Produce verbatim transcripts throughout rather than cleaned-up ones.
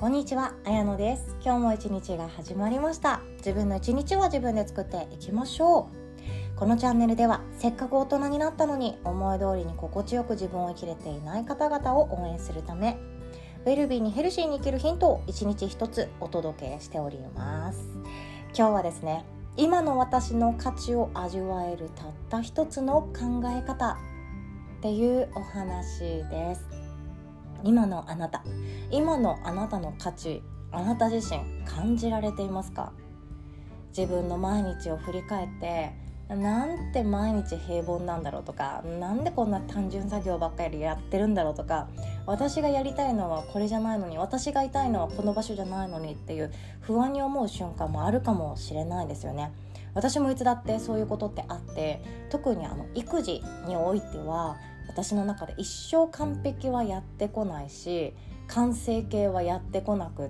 こんにちは、あやのです。今日も一日が始まりました。自分の一日は自分で作っていきましょう。このチャンネルではせっかく大人になったのに思い通りに心地よく自分を生きれていない方々を応援するため、ウェルビーにヘルシーに生きるヒントを一日一つお届けしております。今日はですね、今の私の価値を味わえるたった一つの考え方っていうお話です。今のあなた、今のあなたの価値、あなた自身感じられていますか？自分の毎日を振り返って、なんて毎日平凡なんだろうとか、なんでこんな単純作業ばっかりやってるんだろうとか、私がやりたいのはこれじゃないのに、私がいたいのはこの場所じゃないのにっていう不安に思う瞬間もあるかもしれないですよね。私もいつだってそういうことってあって、特にあの育児においては私の中で一生完璧はやってこないし、完成形はやってこなくって、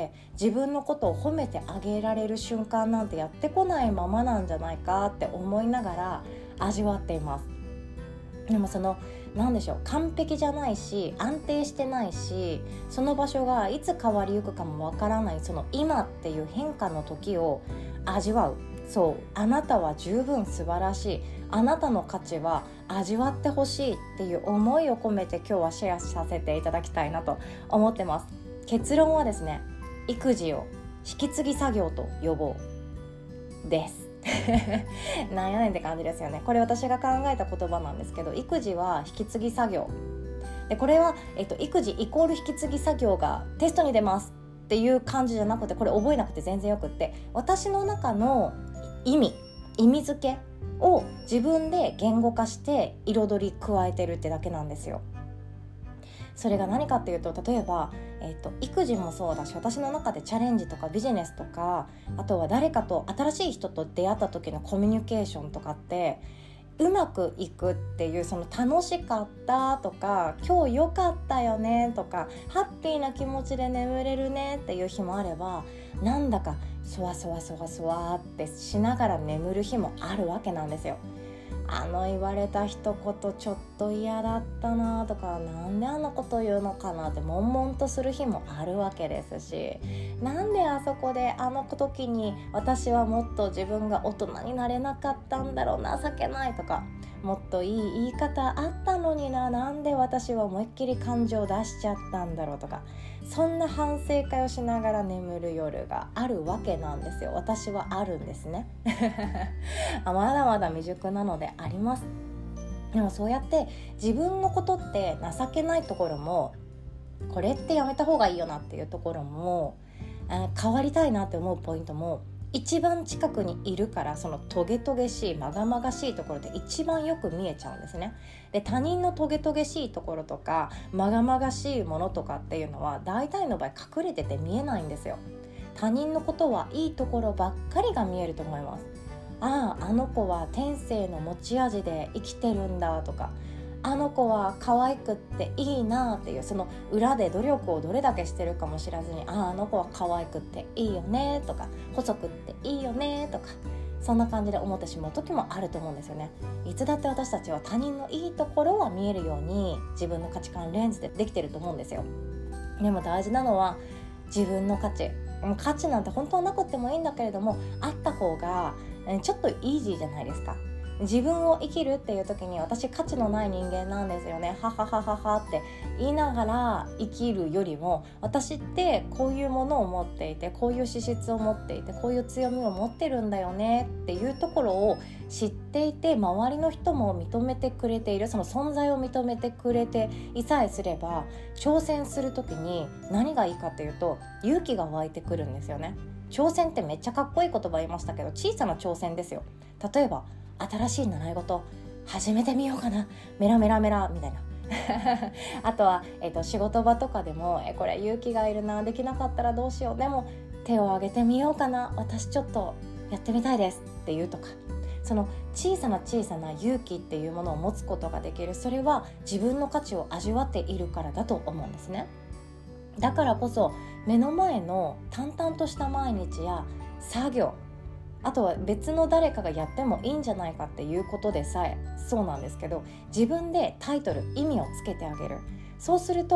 自分のことを褒めてあげられる瞬間なんてやってこないままなんじゃないかって思いながら味わっています。でもそのなんでしょう、完璧じゃないし安定してないし、その場所がいつ変わりゆくかもわからない、その今っていう変化の時を味わう。そう、あなたは十分素晴らしい、あなたの価値は味わってほしいっていう思いを込めて今日はシェアさせていただきたいなと思ってます。結論はですね、育児を引き継ぎ作業と呼ぼうですなんやねんって感じですよね。これ私が考えた言葉なんですけど、育児は引き継ぎ作業で、これは、えっと、育児イコール引き継ぎ作業がテストに出ますっていう感じじゃなくて、これ覚えなくて全然よくって、私の中の意味意味付けを自分で言語化して彩り加えてるってだけなんですよ。それが何かっていうと、例えば、えーと、育児もそうだし、私の中でチャレンジとかビジネスとか、あとは誰かと新しい人と出会った時のコミュニケーションとかってうまくいくっていう、その楽しかったとか、今日良かったよねとか、ハッピーな気持ちで眠れるねっていう日もあれば、なんだかそわそわそわそわってしながら眠る日もあるわけなんですよ。あの言われた一言ちょっと嫌だったなとか、なんであんなこと言うのかなって悶々とする日もあるわけですし、なんであそこであの時に私はもっと自分が大人になれなかったんだろう、情けないとか、もっといい言い方あったのにな、なんで私は思いっきり感情を出しちゃったんだろうとか、そんな反省会をしながら眠る夜があるわけなんですよ。私はあるんですねまだまだ未熟なのであります。でもそうやって自分のことって情けないところも、これってやめた方がいいよなっていうところも、変わりたいなって思うポイントも一番近くにいるから、そのトゲトゲしいまがまがしいところで一番よく見えちゃうんですね。で、他人のトゲトゲしいところとかまがまがしいものとかっていうのは大体の場合隠れてて見えないんですよ。他人のことはいいところばっかりが見えると思います。ああ、あの子は天性の持ち味で生きてるんだとか、あの子は可愛くっていいなっていう、その裏で努力をどれだけしてるかも知らずに、ああ、あの子は可愛くっていいよねとか、細くっていいよねとか、そんな感じで思ってしまう時もあると思うんですよね。いつだって私たちは他人のいいところは見えるように自分の価値観レンズでできてると思うんですよ。でも大事なのは自分の価値。価値なんて本当はなくってもいいんだけれども、あった方がちょっとイージーじゃないですか。自分を生きるっていう時に、私価値のない人間なんですよね、はははははって言いながら生きるよりも、私ってこういうものを持っていて、こういう資質を持っていて、こういう強みを持ってるんだよねっていうところを知っていて、周りの人も認めてくれている、その存在を認めてくれていさえすれば、挑戦する時に何がいいかっていうと、勇気が湧いてくるんですよね。挑戦ってめっちゃかっこいい言葉言いましたけど、小さな挑戦ですよ。例えば新しい習い事始めてみようかな、メラメラメラみたいなあとは、えーと、仕事場とかでも、えこれ勇気がいるな、できなかったらどうしよう、でも手を挙げてみようかな、私ちょっとやってみたいですっていうとか、その小さな小さな勇気っていうものを持つことができる。それは自分の価値を味わっているからだと思うんですね。だからこそ目の前の淡々とした毎日や作業、あとは別の誰かがやってもいいんじゃないかっていうことでさえそうなんですけど、自分でタイトル、意味をつけてあげる。そうすると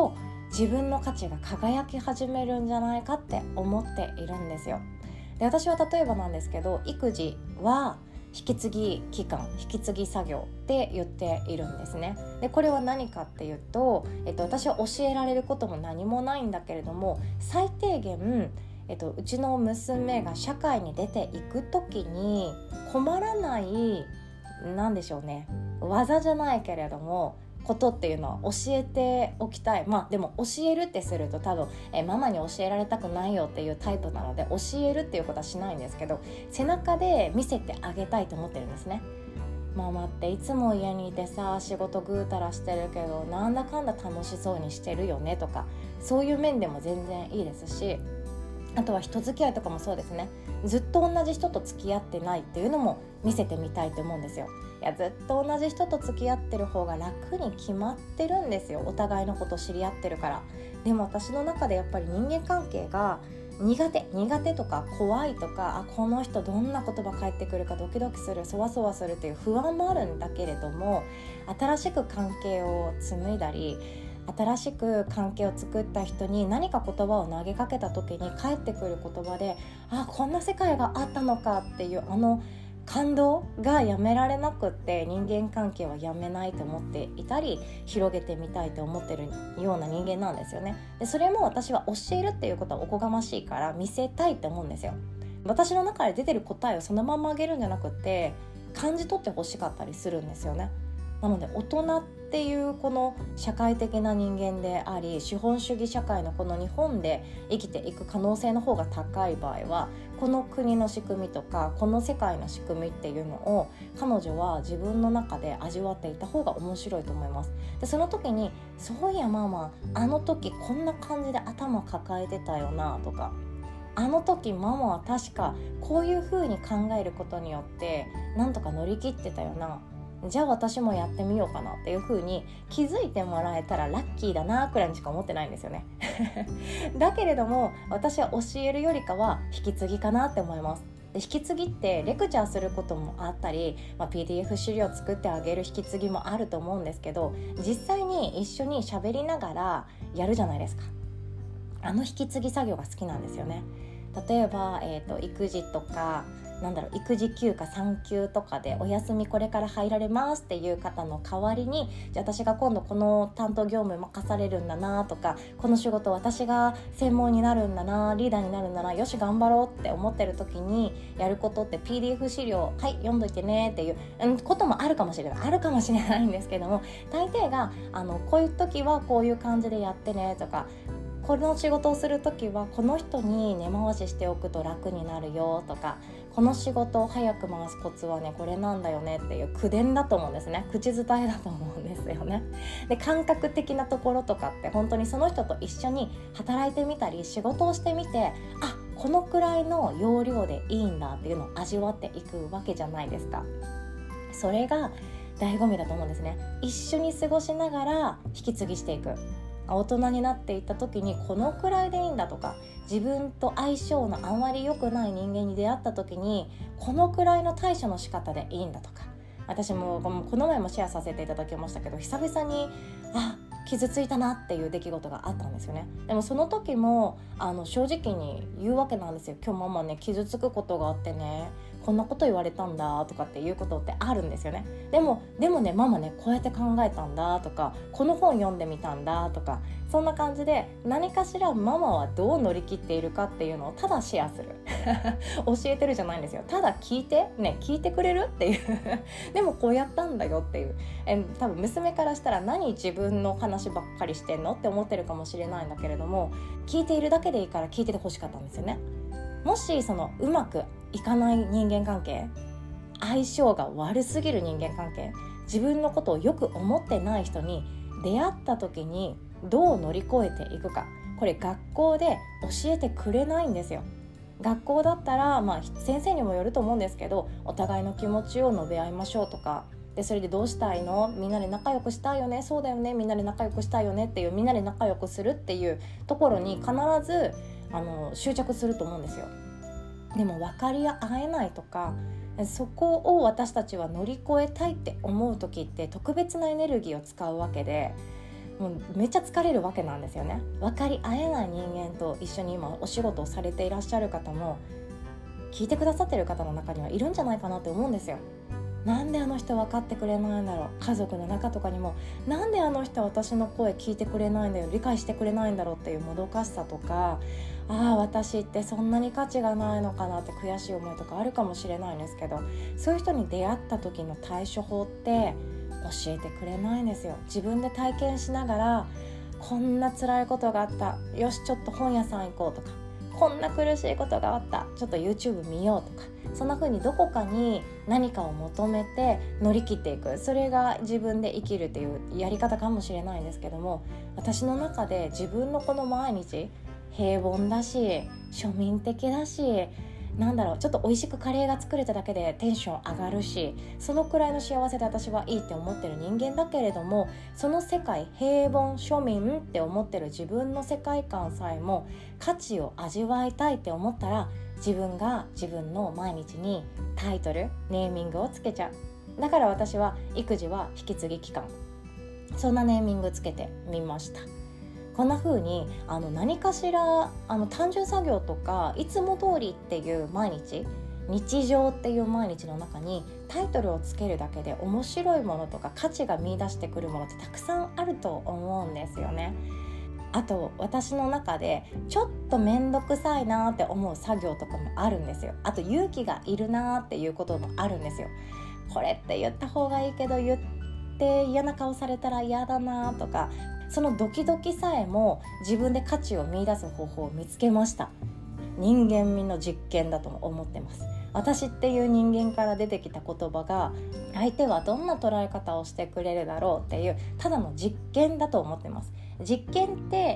自分の価値が輝き始めるんじゃないかって思っているんですよ。で、私は例えばなんですけど、育児は引き継ぎ期間、引き継ぎ作業って言っているんですね。で、これは何かっていうと、えっと、私は教えられることも何もないんだけれども、最低限、えっと、うちの娘が社会に出ていくときに困らない、なんでしょうね、技じゃないけれどもことっていうのは教えておきたい。まあでも教えるってすると多分えママに教えられたくないよっていうタイプなので、教えるっていうことはしないんですけど、背中で見せてあげたいと思ってるんですね。ママっていつも家にいてさ、仕事ぐうたらしてるけどなんだかんだ楽しそうにしてるよねとか、そういう面でも全然いいですし、あとは人付き合いとかもそうですね。ずっと同じ人と付き合ってないっていうのも見せてみたいと思うんですよ。いや、ずっと同じ人と付き合ってる方が楽に決まってるんですよ。お互いのこと知り合ってるから。でも私の中でやっぱり人間関係が苦手苦手とか怖いとか、あ、この人どんな言葉返ってくるかドキドキする、そわそわするっていう不安もあるんだけれども、新しく関係を紡いだり、新しく関係を作った人に何か言葉を投げかけた時に返ってくる言葉で、あ、こんな世界があったのかっていうあの感動がやめられなくって、人間関係はやめないと思っていたり、広げてみたいと思ってるような人間なんですよね。で、それも私は教えるっていうことはおこがましいから見せたいと思うんですよ。私の中で出てる答えをそのままあげるんじゃなくて、感じ取ってほしかったりするんですよね。なので大人っていうこの社会的な人間であり、資本主義社会のこの日本で生きていく可能性の方が高い場合は、この国の仕組みとかこの世界の仕組みっていうのを彼女は自分の中で味わっていた方が面白いと思います。で、その時に、そういやママあの時こんな感じで頭抱えてたよなとか、あの時ママは確かこういう風に考えることによってなんとか乗り切ってたよな、じゃあ私もやってみようかなっていう風に気づいてもらえたらラッキーだなくらいにしか思ってないんですよねだけれども私は教えるよりかは引き継ぎかなって思います。で、引き継ぎってレクチャーすることもあったり、まあ、ピーディーエフ 資料作ってあげる引き継ぎもあると思うんですけど、実際に一緒に喋りながらやるじゃないですか。あの引き継ぎ作業が好きなんですよね。例えば、えーと、育児とかなんだろう育児休暇産休とかでお休みこれから入られますっていう方の代わりに、じゃあ私が今度この担当業務任されるんだなとか、この仕事私が専門になるんだな、リーダーになるんだな、よし頑張ろうって思ってる時にやることって ピーディーエフ 資料はい読んどいてねっていう、うん、こともあるかもしれないあるかもしれないんですけども、大抵があのこういう時はこういう感じでやってねとか、この仕事をするときはこの人に根回ししておくと楽になるよとか、この仕事を早く回すコツはねこれなんだよねっていう口伝だと思うんですね。口伝えだと思うんですよね。で、感覚的なところとかって本当にその人と一緒に働いてみたり仕事をしてみて、あ、このくらいの要領でいいんだっていうのを味わっていくわけじゃないですか。それが醍醐味だと思うんですね。一緒に過ごしながら引き継ぎしていく。大人になっていった時にこのくらいでいいんだとか、自分と相性のあまり良くない人間に出会った時にこのくらいの対処の仕方でいいんだとか、私もこの前もシェアさせていただきましたけど、久々にあ傷ついたなっていう出来事があったんですよね。でもその時もあの正直に言うわけなんですよ。今日ママね傷つくことがあってね、こんなこと言われたんだとかっていうことってあるんですよね。でもでもねママねこうやって考えたんだとか、この本読んでみたんだとか、そんな感じで何かしらママはどう乗り切っているかっていうのをただシェアする教えてるじゃないんですよ。ただ聞いてね、聞いてくれるっていうでもこうやったんだよっていう、え多分娘からしたら何自分の話ばっかりしてんのって思ってるかもしれないんだけれども、聞いているだけでいいから聞いててほしかったんですよね。もしそのうまくいかない人間関係、相性が悪すぎる人間関係、自分のことをよく思ってない人に出会った時にどう乗り越えていくか、これ学校で教えてくれないんですよ。学校だったら、まあ、先生にもよると思うんですけど、お互いの気持ちを述べ合いましょうとかで、それでどうしたいの、みんなで仲良くしたいよね、そうだよね、みんなで仲良くしたいよねっていう、みんなで仲良くするっていうところに必ずあの執着すると思うんですよ。でも分かり合えないとか、そこを私たちは乗り越えたいって思う時って特別なエネルギーを使うわけで、 もうめっちゃ疲れるわけなんですよね。分かり合えない人間と一緒に今お仕事をされていらっしゃる方も、聞いてくださってる方の中にはいるんじゃないかなって思うんですよ。なんであの人分かってくれないんだろう。家族の中とかにも、なんであの人は私の声聞いてくれないんだよ、理解してくれないんだろうっていうもどかしさとか、ああ私ってそんなに価値がないのかなって悔しい思いとかあるかもしれないんですけど、そういう人に出会った時の対処法って教えてくれないんですよ。自分で体験しながら、こんな辛いことがあった、よしちょっと本屋さん行こうとか、こんな苦しいことがあった、ちょっと YouTube 見ようとか、そんな風にどこかに何かを求めて乗り切っていく、それが自分で生きるっていうやり方かもしれないんですけども、私の中で自分のこの毎日平凡だし庶民的だし、なんだろう、ちょっと美味しくカレーが作れただけでテンション上がるし、そのくらいの幸せで私はいいって思ってる人間だけれども、その世界、平凡庶民って思ってる自分の世界観さえも価値を味わいたいって思ったら、自分が自分の毎日にタイトル、ネーミングをつけちゃう。だから私は育児は引き継ぎ期間、そんなネーミングつけてみました。こんな風にあの何かしらあの単純作業とかいつも通りっていう毎日、日常っていう毎日の中にタイトルをつけるだけで面白いものとか価値が見出してくるものってたくさんあると思うんですよね。あと私の中でちょっと面倒くさいなって思う作業とかもあるんですよ。あと勇気がいるなっていうこともあるんですよ。これって言った方がいいけど言って嫌な顔されたら嫌だなとか、そのドキドキさえも自分で価値を見出す方法を見つけました。人間味の実験だと思ってます。私っていう人間から出てきた言葉が相手はどんな捉え方をしてくれるだろうっていうただの実験だと思ってます。実験って、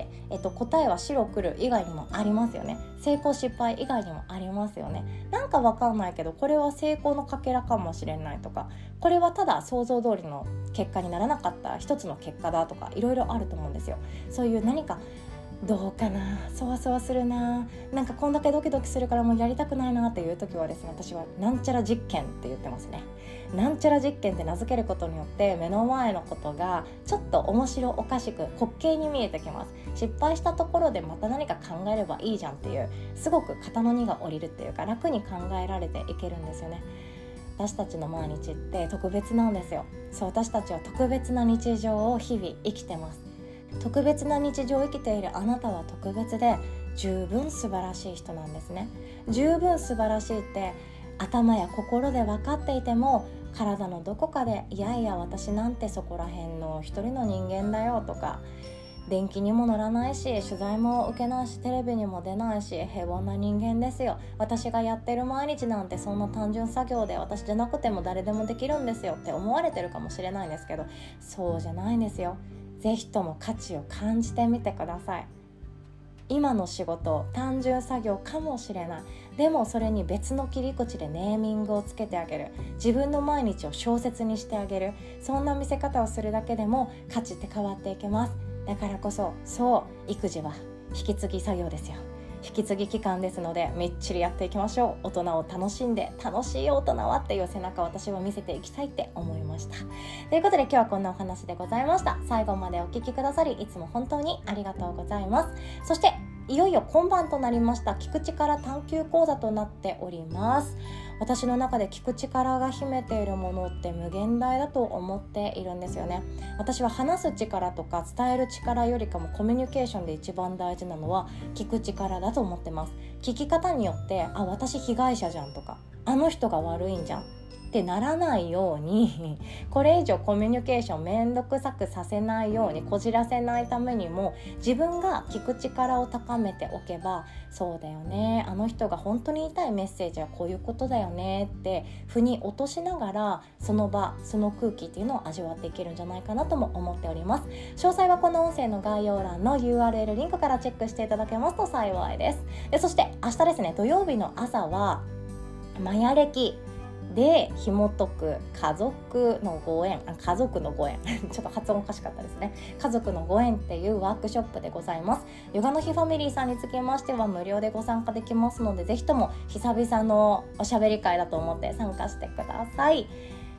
えっと、答えは白黒以外にもありますよね。成功失敗以外にもありますよね。なんかわかんないけどこれは成功のかけらかもしれないとか、これはただ想像通りの結果にならなかった一つの結果だとか、いろいろあると思うんですよ。そういう何かどうかな、そわそわするな、なんかこんだけドキドキするからもうやりたくないなっていう時はですね、私はなんちゃら実験って言ってますね。なんちゃら実験って名付けることによって目の前のことがちょっと面白おかしく滑稽に見えてきます。失敗したところでまた何か考えればいいじゃんっていう、すごく肩の荷が下りるっていうか楽に考えられていけるんですよね。私たちの毎日って特別なんですよ。そう、私たちは特別な日常を日々生きてます。特別な日常を生きているあなたは特別で十分素晴らしい人なんですね。十分素晴らしいって頭や心で分かっていても、体のどこかでいやいや私なんてそこら辺の一人の人間だよとか、電気にも乗らないし取材も受けないしテレビにも出ないし平凡な人間ですよ、私がやってる毎日なんてそんな単純作業で私じゃなくても誰でもできるんですよって思われてるかもしれないんですけど、そうじゃないんですよ。ぜひとも価値を感じてみてください。今の仕事単純作業かもしれない。でもそれに別の切り口でネーミングをつけてあげる、自分の毎日を小説にしてあげる、そんな見せ方をするだけでも価値って変わっていきます。だからこそ、そう育児は引き継ぎ作業ですよ。引き継ぎ期間ですのでみっちりやっていきましょう。大人を楽しんで、楽しい大人はっていう背中を私は見せていきたいって思いました。ということで今日はこんなお話でございました。最後までお聞きくださりいつも本当にありがとうございます。そしていよいよ今晩となりました聞く力探究講座となっております。私の中で聞く力が秘めているものって無限大だと思っているんですよね。私は話す力とか伝える力よりかもコミュニケーションで一番大事なのは聞く力だと思ってます。聞き方によってあ、私被害者じゃんとか、あの人が悪いんじゃんってならないように、これ以上コミュニケーションめんどくさくさせないように、こじらせないためにも自分が聞く力を高めておけば、そうだよね、あの人が本当に言いたいメッセージはこういうことだよねって腑に落としながら、その場その空気っていうのを味わっていけるんじゃないかなとも思っております。詳細はこの音声の概要欄の ユーアールエル リンクからチェックしていただけますと幸いです。でそして明日ですね、土曜日の朝はマヤ暦で紐解く家族のご縁、あ家族のご縁ちょっと発音おかしかったですね。家族のご縁っていうワークショップでございます。ヨガの日ファミリーさんにつきましては無料でご参加できますので、ぜひとも久々のおしゃべり会だと思って参加してください。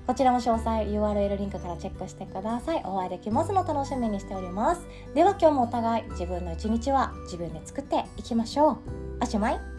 こちらも詳細 ユーアールエル リンクからチェックしてください。お会いできますの楽しみにしております。では今日もお互い自分の一日は自分で作っていきましょう。おしまい。